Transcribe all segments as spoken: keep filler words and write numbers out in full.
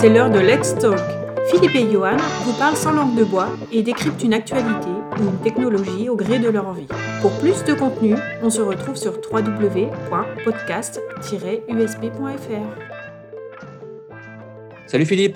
C'est l'heure de Let's Talk. Philippe et Johan vous parlent sans langue de bois et décryptent une actualité ou une technologie au gré de leur envie. Pour plus de contenu, on se retrouve sur w w w point podcast tiret u s b point f r. Salut Philippe.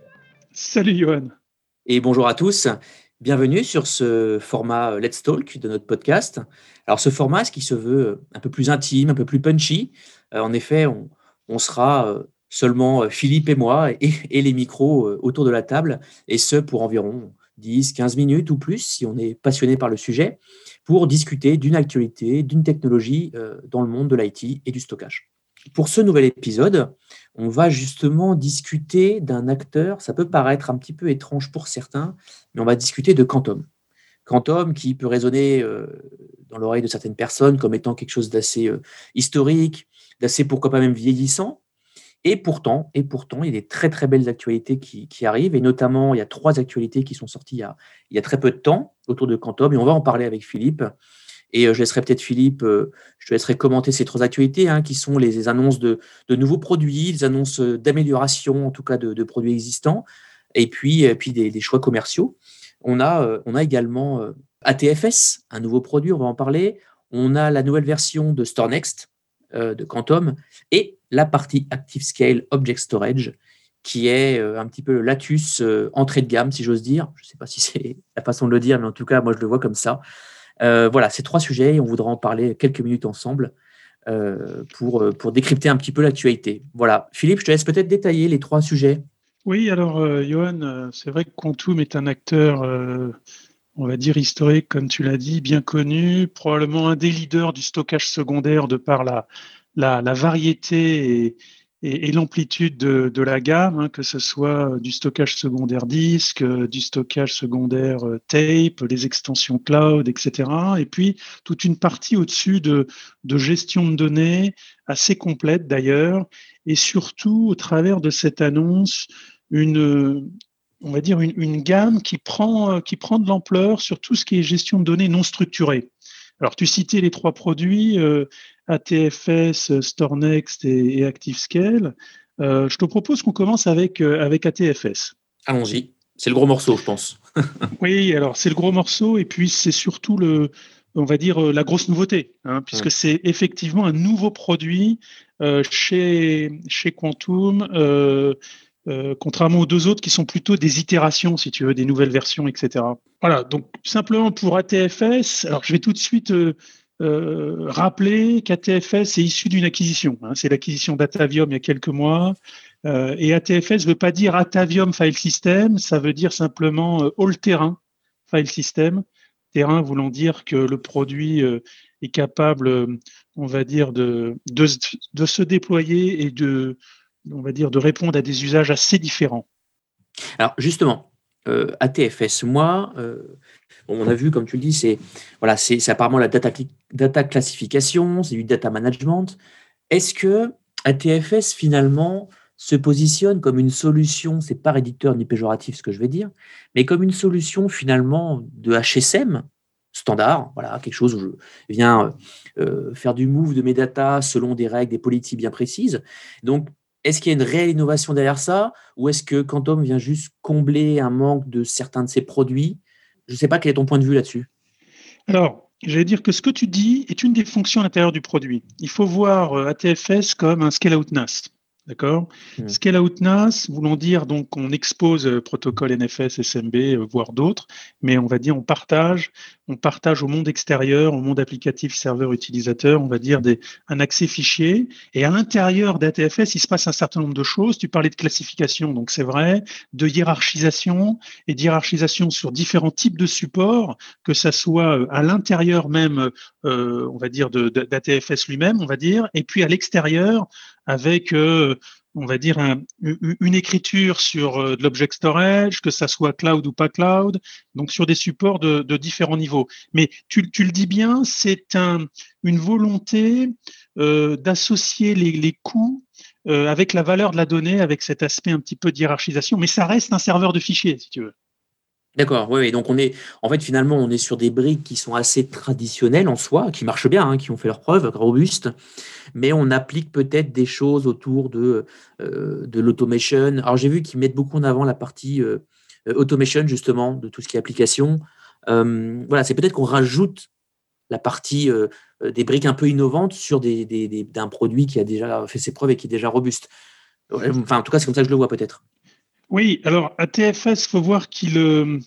Salut Johan. Et bonjour à tous. Bienvenue sur ce format Let's Talk de notre podcast. Alors ce format, ce qui se veut un peu plus intime, un peu plus punchy. Euh, en effet, on, on sera euh, seulement Philippe et moi et, et les micros euh, autour de la table, et ce pour environ dix à quinze minutes ou plus si on est passionné par le sujet, pour discuter d'une actualité, d'une technologie euh, dans le monde de l'I T et du stockage. Pour ce nouvel épisode, on va justement discuter d'un acteur, ça peut paraître un petit peu étrange pour certains, mais on va discuter de Quantum. Quantum qui peut résonner euh, dans l'oreille de certaines personnes comme étant quelque chose d'assez euh, historique, d'assez pourquoi pas même vieillissant. Et pourtant, et pourtant, il y a des très très belles actualités qui, qui arrivent, et notamment il y a trois actualités qui sont sorties il y, a, il y a très peu de temps autour de Quantum, et on va en parler avec Philippe. Et euh, je laisserai peut-être Philippe, euh, je te laisserai commenter ces trois actualités, hein, qui sont les, les annonces de, de nouveaux produits, les annonces d'amélioration, en tout cas de, de produits existants, et puis, et puis des, des choix commerciaux. On a, euh, on a également euh, A T F S, un nouveau produit, on va en parler. On a la nouvelle version de StoreNext, euh, de Quantum, et la partie ActiveScale Object Storage, qui est euh, un petit peu le Latus euh, entrée de gamme, si j'ose dire. Je ne sais pas si c'est la façon de le dire, mais en tout cas, moi, je le vois comme ça. Euh, voilà, ces trois sujets, et on voudra en parler quelques minutes ensemble euh, pour, pour décrypter un petit peu l'actualité. Voilà. Philippe, je te laisse peut-être détailler les trois sujets. Oui, alors, euh, Johan, euh, c'est vrai que Quantum est un acteur, euh, on va dire historique, comme tu l'as dit, bien connu, probablement un des leaders du stockage secondaire de par la, la, la variété et, et, et l'amplitude de, de la gamme, hein, que ce soit du stockage secondaire disque, du stockage secondaire tape, les extensions cloud, et cetera. Et puis, toute une partie au-dessus de, de gestion de données, assez complète d'ailleurs, et surtout, au travers de cette annonce, une, on va dire une, une gamme qui prend, qui prend de l'ampleur sur tout ce qui est gestion de données non structurée. Alors, tu citais les trois produits, euh, A T F S, StoreNext et, et ActiveScale. Euh, je te propose qu'on commence avec, euh, avec A T F S. Allons-y. C'est le gros morceau, je pense. Oui, alors c'est le gros morceau, et puis c'est surtout le, on va dire, la grosse nouveauté, hein, puisque mmh. c'est effectivement un nouveau produit euh, chez, chez Quantum, euh, Euh, contrairement aux deux autres qui sont plutôt des itérations, si tu veux, des nouvelles versions, et cetera. Voilà, donc simplement pour A T F S, alors je vais tout de suite euh, euh, rappeler qu'A T F S est issu d'une acquisition. Hein, c'est l'acquisition d'Atavium il y a quelques mois. Euh, et A T F S ne veut pas dire Atavium File System, ça veut dire simplement euh, All Terrain File System. Terrain voulant dire que le produit euh, est capable, euh, on va dire, de, de, de se déployer et de on va dire, de répondre à des usages assez différents. Alors justement, euh, A T F S, moi, euh, on a vu, comme tu le dis, c'est, voilà, c'est, c'est apparemment la data, data classification, c'est du data management. Est-ce que A T F S, finalement, se positionne comme une solution, c'est pas réducteur ni péjoratif ce que je vais dire, mais comme une solution finalement de H S M standard, voilà, quelque chose où je viens euh, faire du move de mes data selon des règles, des politiques bien précises. Donc, est-ce qu'il y a une réelle innovation derrière ça, ou est-ce que Quantum vient juste combler un manque de certains de ses produits? Je ne sais pas quel est ton point de vue là-dessus. Alors, j'allais dire que ce que tu dis est une des fonctions à l'intérieur du produit. Il faut voir A T F S comme un scale-out N A S. D'accord. Mmh. Scale-out N A S, voulant dire donc qu'on expose euh, protocole N F S, S M B, euh, voire d'autres, mais on va dire on partage, on partage au monde extérieur, au monde applicatif, serveur, utilisateur, on va dire des, un accès fichier. Et à l'intérieur d'A T F S, il se passe un certain nombre de choses. Tu parlais de classification, donc c'est vrai, de hiérarchisation et d'hiérarchisation sur différents types de supports, que ça soit à l'intérieur même, euh, on va dire de, de, d'A T F S lui-même, on va dire, et puis à l'extérieur avec euh, on va dire, un, une écriture sur euh, de l'object storage, que ça soit cloud ou pas cloud, donc sur des supports de, de différents niveaux. Mais tu, tu le dis bien, c'est un, une volonté euh, d'associer les, les coûts euh, avec la valeur de la donnée, avec cet aspect un petit peu de hiérarchisation, mais ça reste un serveur de fichiers, si tu veux. D'accord, oui, oui. Donc on est, en fait, finalement, on est sur des briques qui sont assez traditionnelles en soi, qui marchent bien, hein, qui ont fait leurs preuves, robustes, mais on applique peut-être des choses autour de, euh, de l'automation. Alors j'ai vu qu'ils mettent beaucoup en avant la partie euh, euh, automation, justement, de tout ce qui est application. Euh, voilà, c'est peut-être qu'on rajoute la partie euh, euh, des briques un peu innovantes sur des, des- des- d'un produit qui a déjà fait ses preuves et qui est déjà robuste. Ouais, enfin, en tout cas, c'est comme ça que je le vois peut-être. Oui, alors à T F S, il faut voir qu'il, euh,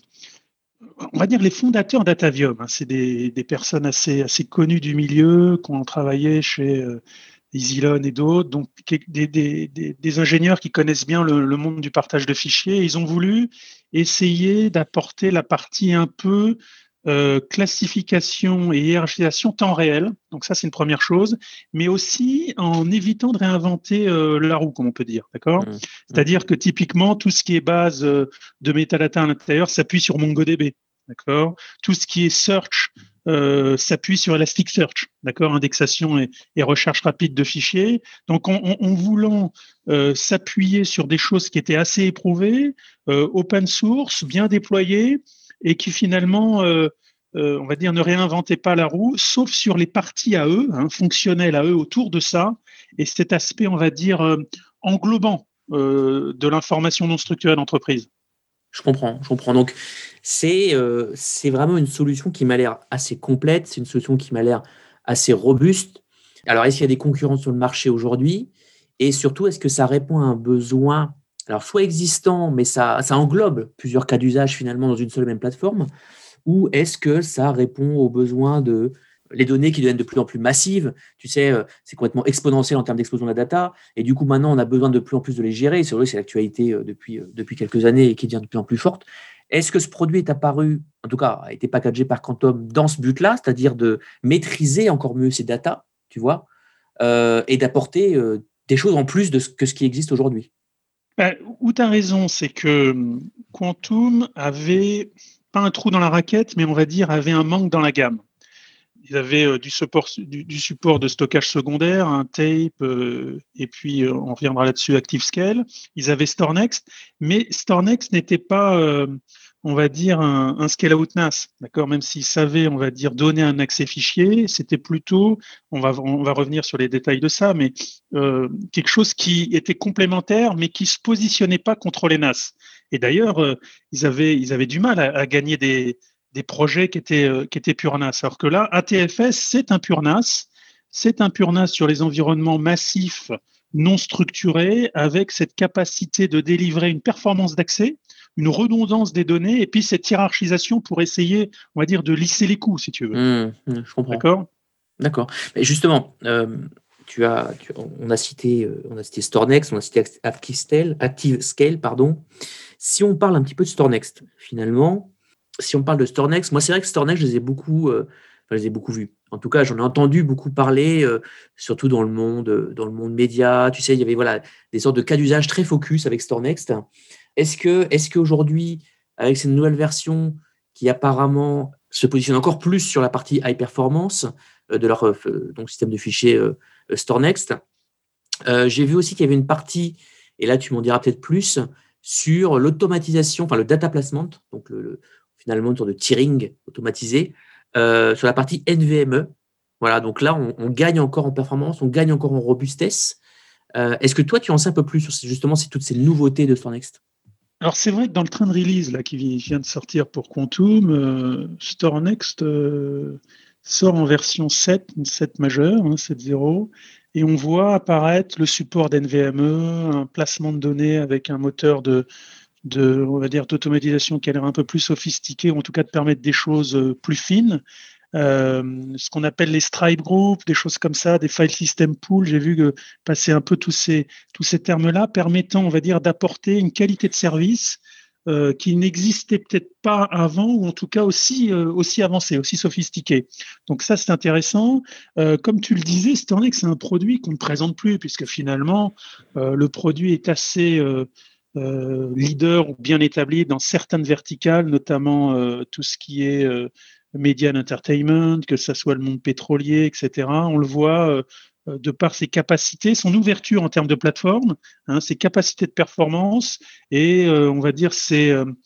on va dire les fondateurs d'Atavium, hein, c'est des, des personnes assez, assez connues du milieu, qui ont travaillé chez euh, EasyLearn et d'autres, donc qui- des, des, des, des ingénieurs qui connaissent bien le, le monde du partage de fichiers. Ils ont voulu essayer d'apporter la partie un peu euh, classification et hiérarchisation temps réel. Donc ça, c'est une première chose, mais aussi en évitant de réinventer euh, la roue, comme on peut dire, d'accord? Mmh. Mmh. C'est-à-dire que typiquement, tout ce qui est base euh, de métadata à l'intérieur s'appuie sur MongoDB. D'accord. Tout ce qui est search euh, s'appuie sur Elasticsearch. D'accord. Indexation et, et recherche rapide de fichiers. Donc, en, en, en voulant euh, s'appuyer sur des choses qui étaient assez éprouvées, euh, open source, bien déployées, et qui finalement, euh, euh, on va dire, ne réinventaient pas la roue, sauf sur les parties à eux, hein, fonctionnelles à eux autour de ça, et cet aspect, on va dire, euh, englobant euh, de l'information non structurée d'entreprise. Je comprends, je comprends. Donc, c'est euh, c'est vraiment une solution qui m'a l'air assez complète, c'est une solution qui m'a l'air assez robuste. Alors, est-ce qu'il y a des concurrents sur le marché aujourd'hui? Et surtout, est-ce que ça répond à un besoin, alors soit existant, mais ça, ça englobe plusieurs cas d'usage finalement dans une seule et même plateforme, ou est-ce que ça répond aux besoins de les données qui deviennent de plus en plus massives, tu sais, euh, c'est complètement exponentiel en termes d'explosion de la data, et du coup maintenant on a besoin de plus en plus de les gérer, c'est vrai, c'est l'actualité euh, depuis, euh, depuis quelques années et qui devient de plus en plus forte. Est-ce que ce produit est apparu, en tout cas a été packagé par Quantum dans ce but-là, c'est-à-dire de maîtriser encore mieux ces data, tu vois, euh, et d'apporter euh, des choses en plus de ce, que ce qui existe aujourd'hui? Ben, où tu as raison, c'est que hum, Quantum avait pas un trou dans la raquette, mais on va dire avait un manque dans la gamme. Ils avaient euh, du, support, du, du support de stockage secondaire, un tape, euh, et puis euh, on reviendra là-dessus, ActiveScale. Ils avaient StoreNext, mais StoreNext n'était pas, euh, on va dire, un, un scale-out N A S, d'accord? Même s'ils savaient, on va dire, donner un accès fichier, c'était plutôt, on va, on va revenir sur les détails de ça, mais euh, quelque chose qui était complémentaire, mais qui se positionnait pas contre les N A S. Et d'ailleurs, euh, ils avaient, ils avaient du mal à, à gagner des des projets qui étaient, euh, qui étaient pur N A S. Alors que là, A T F S, c'est un pur N A S. C'est un pur N A S sur les environnements massifs, non structurés, avec cette capacité de délivrer une performance d'accès, une redondance des données, et puis cette hiérarchisation pour essayer, on va dire, de lisser les coûts, si tu veux. Mmh, mmh, je comprends. D'accord? D'accord. Mais justement, euh, tu as, tu- on a cité, euh, on a cité StoreNext, on a cité ActiveScale, ActiveScale, pardon. Si on parle un petit peu de StoreNext, finalement, si on parle de StoreNext, moi c'est vrai que StoreNext, je les ai beaucoup, euh, enfin, je les ai beaucoup vus. En tout cas, j'en ai entendu beaucoup parler, euh, surtout dans le monde, euh, dans le monde média. Tu sais, il y avait voilà des sortes de cas d'usage très focus avec StoreNext. Est-ce que, est-ce qu'aujourd'hui, avec cette nouvelle version qui apparemment se positionne encore plus sur la partie high performance euh, de leur euh, donc, système de fichiers euh, StoreNext, euh, j'ai vu aussi qu'il y avait une partie, et là tu m'en diras peut-être plus, sur l'automatisation, enfin le data placement, donc le, le- finalement une sorte de tiering automatisé, euh, sur la partie N V M E. Voilà, donc là on, on gagne encore en performance, on gagne encore en robustesse. Euh, est-ce que toi tu en sais un peu plus sur ces- justement ces- toutes ces nouveautés de StoreNext? Alors c'est vrai que dans le train de release là, qui vient de sortir pour Quantum, euh, StoreNext euh, sort en version sept, une sept majeure, hein, sept point zéro, et on voit apparaître le support d'N V M E, un placement de données avec un moteur de, de on va dire, d'automatisation qui a l'air un peu plus sophistiqué, ou en tout cas de permettre des choses euh, plus fines. Euh, ce qu'on appelle les stripe groups, des choses comme ça, des file system pools. J'ai vu que passer un peu tous ces, tous ces termes-là permettant, on va dire, d'apporter une qualité de service euh, qui n'existait peut-être pas avant, ou en tout cas aussi, euh, aussi avancée, aussi sophistiquée. Donc ça, c'est intéressant. Euh, comme tu le disais, StoreNext, c'est un produit qu'on ne présente plus, puisque finalement, euh, le produit est assez... Euh, euh, leader ou bien établi dans certaines verticales, notamment euh, tout ce qui est euh, Media and Entertainment, que ce soit le monde pétrolier, et cetera. On le voit euh, de par ses capacités, son ouverture en termes de plateforme, hein, ses capacités de performance et euh, on va dire ses, euh,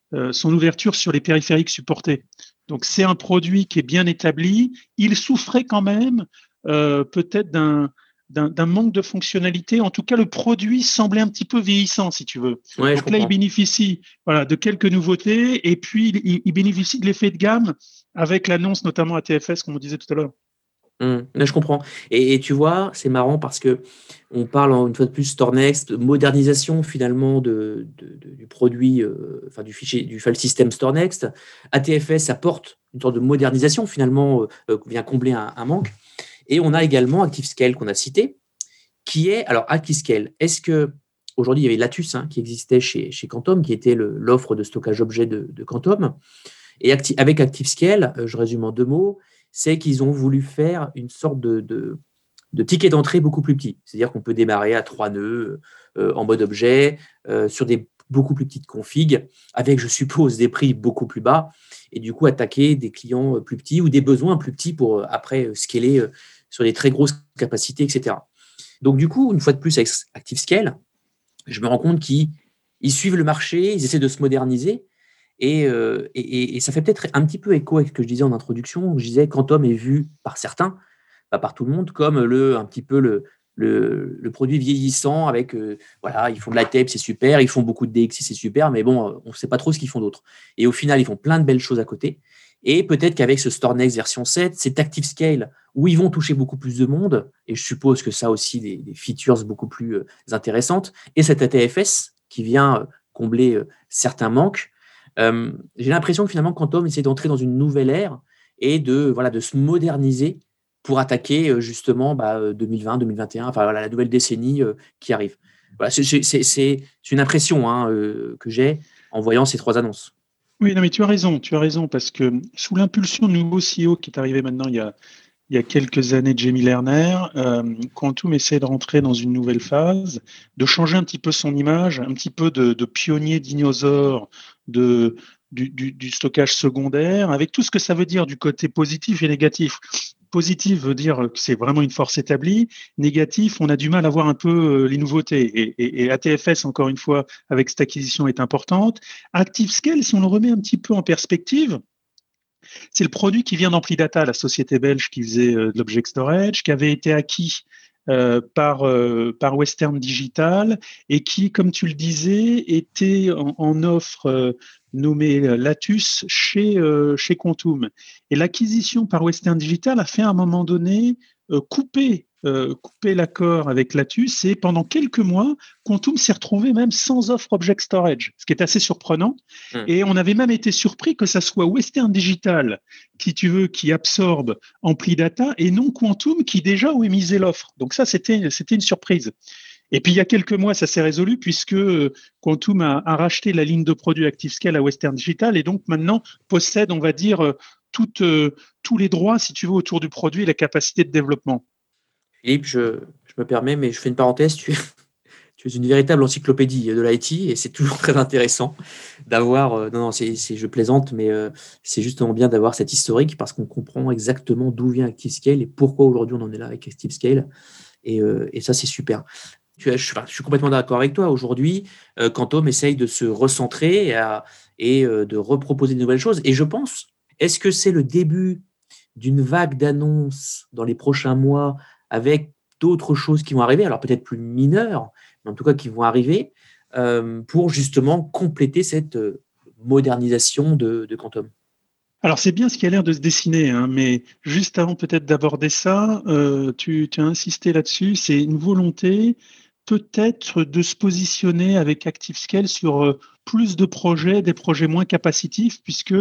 euh, son ouverture sur les périphériques supportés. Donc, c'est un produit qui est bien établi. Il souffrait quand même euh, peut-être d'un, d'un, d'un manque de fonctionnalité. En tout cas, le produit semblait un petit peu vieillissant, si tu veux. Ouais, je Donc là, il comprends. bénéficie voilà, de quelques nouveautés et puis il, il bénéficie de l'effet de gamme avec l'annonce notamment A T F S, comme on disait tout à l'heure. Mmh, là, je comprends. Et, et tu vois, c'est marrant parce que on parle en- une fois de plus StoreNext, de modernisation finalement de, de- de- du produit, euh, enfin du fichier, du file system StoreNext. A T F S apporte une sorte de modernisation finalement, euh, euh, vient combler un, un manque. Et on a également ActiveScale qu'on a cité, qui est alors ActiveScale. Est-ce que aujourd'hui il y avait Latus hein, qui existait chez, chez Quantum, qui était le- l'offre de stockage objet de, de Quantum. Et acti- avec ActiveScale, euh, je résume en deux mots, c'est qu'ils ont voulu faire une sorte de, de, de ticket d'entrée beaucoup plus petit. C'est-à-dire qu'on peut démarrer à trois nœuds euh, en mode objet, euh, sur des beaucoup plus petites configs, avec, je suppose, des prix beaucoup plus bas, et du coup attaquer des clients euh, plus petits ou des besoins plus petits pour euh, après euh, scaler euh, sur des très grosses capacités, et cetera. Donc du coup, une fois de plus, avec ActiveScale, je me rends compte qu'ils ils suivent le marché, ils essaient de se moderniser, et, euh, et, et ça fait peut-être un petit peu écho avec ce que je disais en introduction, où je disais Quantum est vu par certains, pas par tout le monde, comme le, un petit peu le, le, le produit vieillissant avec, euh, voilà, ils font de la tape, c'est super, ils font beaucoup de D X I, c'est super, mais bon, euh, on ne sait pas trop ce qu'ils font d'autre. Et au final, ils font plein de belles choses à côté. Et peut-être qu'avec ce StoreNext version sept, cet ActiveScale, où ils vont toucher beaucoup plus de monde, et je suppose que ça a aussi des, des features beaucoup plus euh, intéressantes, et cet A T F S qui vient euh, combler euh, certains manques. Euh, j'ai l'impression que finalement, Quantum essaie d'entrer dans une nouvelle ère et de, voilà, de se moderniser pour attaquer euh, justement bah, deux mille vingt, deux mille vingt et un, enfin voilà, la nouvelle décennie euh, qui arrive. Voilà, c'est, c'est, c'est, c'est une impression hein, euh, que j'ai en voyant ces trois annonces. Oui, non, mais tu as raison, tu as raison, parce que sous l'impulsion du nouveau C E O qui est arrivé maintenant il y a, il y a quelques années, Jamie Lerner, euh, Quantum essaie de rentrer dans une nouvelle phase, de changer un petit peu son image, un petit peu de, de pionnier dinosaure de, du, du, du stockage secondaire, avec tout ce que ça veut dire du côté positif et négatif. Positif veut dire que c'est vraiment une force établie. Négatif, on a du mal à voir un peu les nouveautés. Et, et, et A T F S, encore une fois, avec cette acquisition est importante. ActiveScale, si on le remet un petit peu en perspective, c'est le produit qui vient d'Amplidata, la société belge qui faisait euh, de l'object storage, qui avait été acquis euh, par, euh, par Western Digital et qui, comme tu le disais, était en, en offre euh, nommée Latus chez, euh, chez Quantum. Et l'acquisition par Western Digital a fait à un moment donné euh, couper euh, couper l'accord avec Latus et pendant quelques mois, Quantum s'est retrouvé même sans offre Object Storage, ce qui est assez surprenant. Mm. Et on avait même été surpris que ça soit Western Digital, qui tu veux, qui absorbe Amplidata et non Quantum qui déjà ont émisé l'offre. Donc ça, c'était, c'était une surprise. Et puis il y a quelques mois, ça s'est résolu puisque Quantum a, a racheté la ligne de produits ActiveScale à Western Digital et donc maintenant possède, on va dire, toutes, euh, tous les droits, si tu veux, autour du produit et la capacité de développement. Philippe, je, je me permets, mais je fais une parenthèse. Tu, tu es une véritable encyclopédie de l'I T et c'est toujours très intéressant d'avoir. Euh, non, non, c'est, c'est, je plaisante, mais euh, c'est justement bien d'avoir cette historique parce qu'on comprend exactement d'où vient ActiveScale et pourquoi aujourd'hui on en est là avec ActiveScale. Et, euh, et ça, c'est super. Tu as, je, je suis complètement d'accord avec toi. Aujourd'hui, euh, Quantum essaye de se recentrer et, à, et euh, de reproposer de nouvelles choses. Et je pense, est-ce que c'est le début d'une vague d'annonces dans les prochains mois avec d'autres choses qui vont arriver, alors peut-être plus mineures, mais en tout cas qui vont arriver, euh, pour justement compléter cette euh, modernisation de, de Quantum. Alors c'est bien ce qui a l'air de se dessiner, hein, mais juste avant peut-être d'aborder ça, euh, tu, tu as insisté là-dessus, c'est une volonté peut-être de se positionner avec ActiveScale sur euh, plus de projets, des projets moins capacitifs, puisque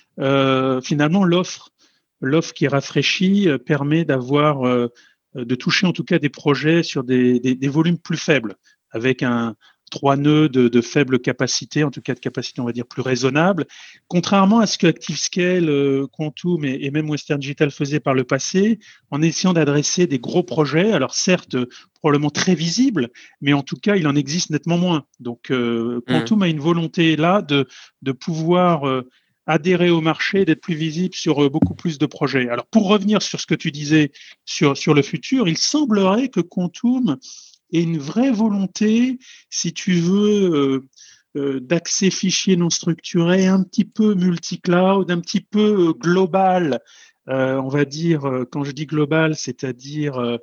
euh, finalement l'offre, l'offre qui est rafraîchie euh, permet d'avoir, euh, de toucher en tout cas des projets sur des, des, des volumes plus faibles, avec un trois nœuds de, de faible capacité, en tout cas de capacité on va dire plus raisonnable. Contrairement à ce que ActiveScale, euh, Quantum et, et même Western Digital faisaient par le passé, en essayant d'adresser des gros projets, alors certes probablement très visibles, mais en tout cas il en existe nettement moins. Donc euh, Quantum mmh. a une volonté là de, de pouvoir euh, adhérer au marché, d'être plus visible sur euh, beaucoup plus de projets. Alors pour revenir sur ce que tu disais sur, sur le futur, il semblerait que Quantum ait une vraie volonté, si tu veux, euh, euh, d'accès fichiers non structurés, un petit peu multi-cloud, un petit peu euh, global. Euh, on va dire, euh, quand je dis global, c'est-à-dire euh,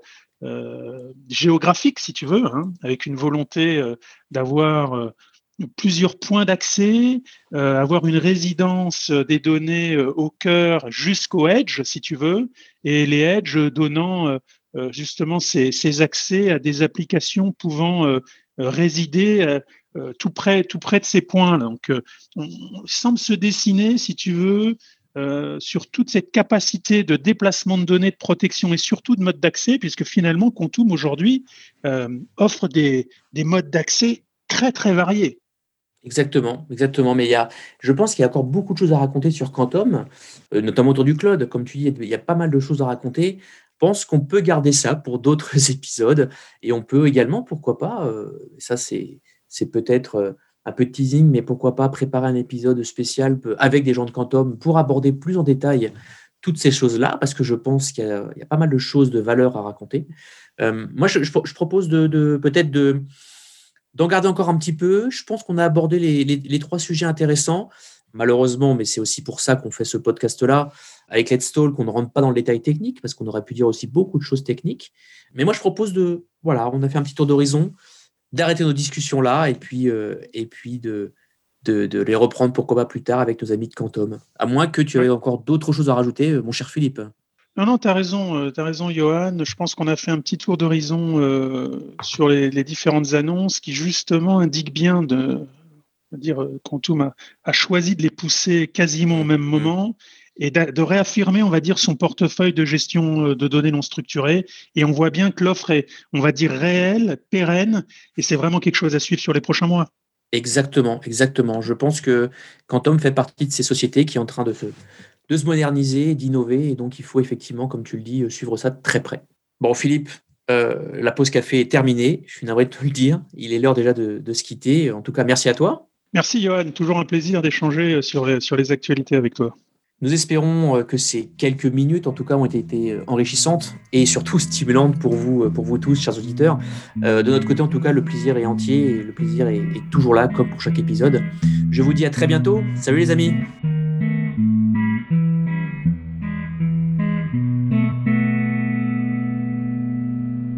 euh, géographique, si tu veux, hein, avec une volonté euh, d'avoir euh, plusieurs points d'accès, euh, avoir une résidence des données euh, au cœur jusqu'au edge, si tu veux, et les edge donnant euh, euh, justement ces, ces accès à des applications pouvant euh, résider euh, euh, tout près, tout près de ces points. Donc, euh, on, on semble se dessiner, si tu veux, euh, sur toute cette capacité de déplacement de données, de protection et surtout de mode d'accès, puisque finalement, Quantum aujourd'hui euh, offre des, des modes d'accès très, très variés. Exactement, exactement. Mais il y a, je pense qu'il y a encore beaucoup de choses à raconter sur Quantum, euh, notamment autour du cloud. Comme tu dis, il y a pas mal de choses à raconter. Je pense qu'on peut garder ça pour d'autres épisodes. Et on peut également, pourquoi pas, euh, ça c'est, c'est peut-être euh, un peu de teasing, mais pourquoi pas préparer un épisode spécial peu- avec des gens de Quantum pour aborder plus en détail toutes ces choses-là, parce que je pense qu'il y a, il y a pas mal de choses de valeur à raconter. Euh, moi, je, je- je propose de, de- peut-être de d'en garder encore un petit peu. Je pense qu'on a abordé les, les- les trois sujets intéressants. Malheureusement, mais c'est aussi pour ça qu'on fait ce podcast-là, avec Let's Talk, qu'on ne rentre pas dans le détail technique, parce qu'on aurait pu dire aussi beaucoup de choses techniques. Mais moi, je propose de, voilà, on a fait un petit tour d'horizon, d'arrêter nos discussions là, et puis, euh, et puis de, de, de les reprendre, pourquoi pas plus tard, avec nos amis de Quantum. À moins que tu aies Ouais. encore d'autres choses à rajouter, euh, mon cher Philippe. Non, non, tu as raison, euh, t'as raison, Johan. Je pense qu'on a fait un petit tour d'horizon euh, sur les, les différentes annonces qui justement indiquent bien de on va dire euh, Quantum a, a choisi de les pousser quasiment au même Mmh. moment et de, de réaffirmer, on va dire, son portefeuille de gestion euh, de données non structurées. Et on voit bien que l'offre est, on va dire, réelle, pérenne, et c'est vraiment quelque chose à suivre sur les prochains mois. Exactement, exactement. Je pense que Quantum fait partie de ces sociétés qui est en train de se, de se moderniser, d'innover, et donc il faut effectivement, comme tu le dis, suivre ça de très près. Bon, Philippe, euh, la pause café est terminée, je suis navré de te le dire, il est l'heure déjà de, de se quitter. En tout cas, merci à toi. Merci, Johan. Toujours un plaisir d'échanger sur les, sur les actualités avec toi. Nous espérons que ces quelques minutes, en tout cas, ont été enrichissantes et surtout stimulantes pour vous, pour vous tous, chers auditeurs. Euh, de notre côté, en tout cas, le plaisir est entier et le plaisir est, est toujours là, comme pour chaque épisode. Je vous dis à très bientôt. Salut les amis.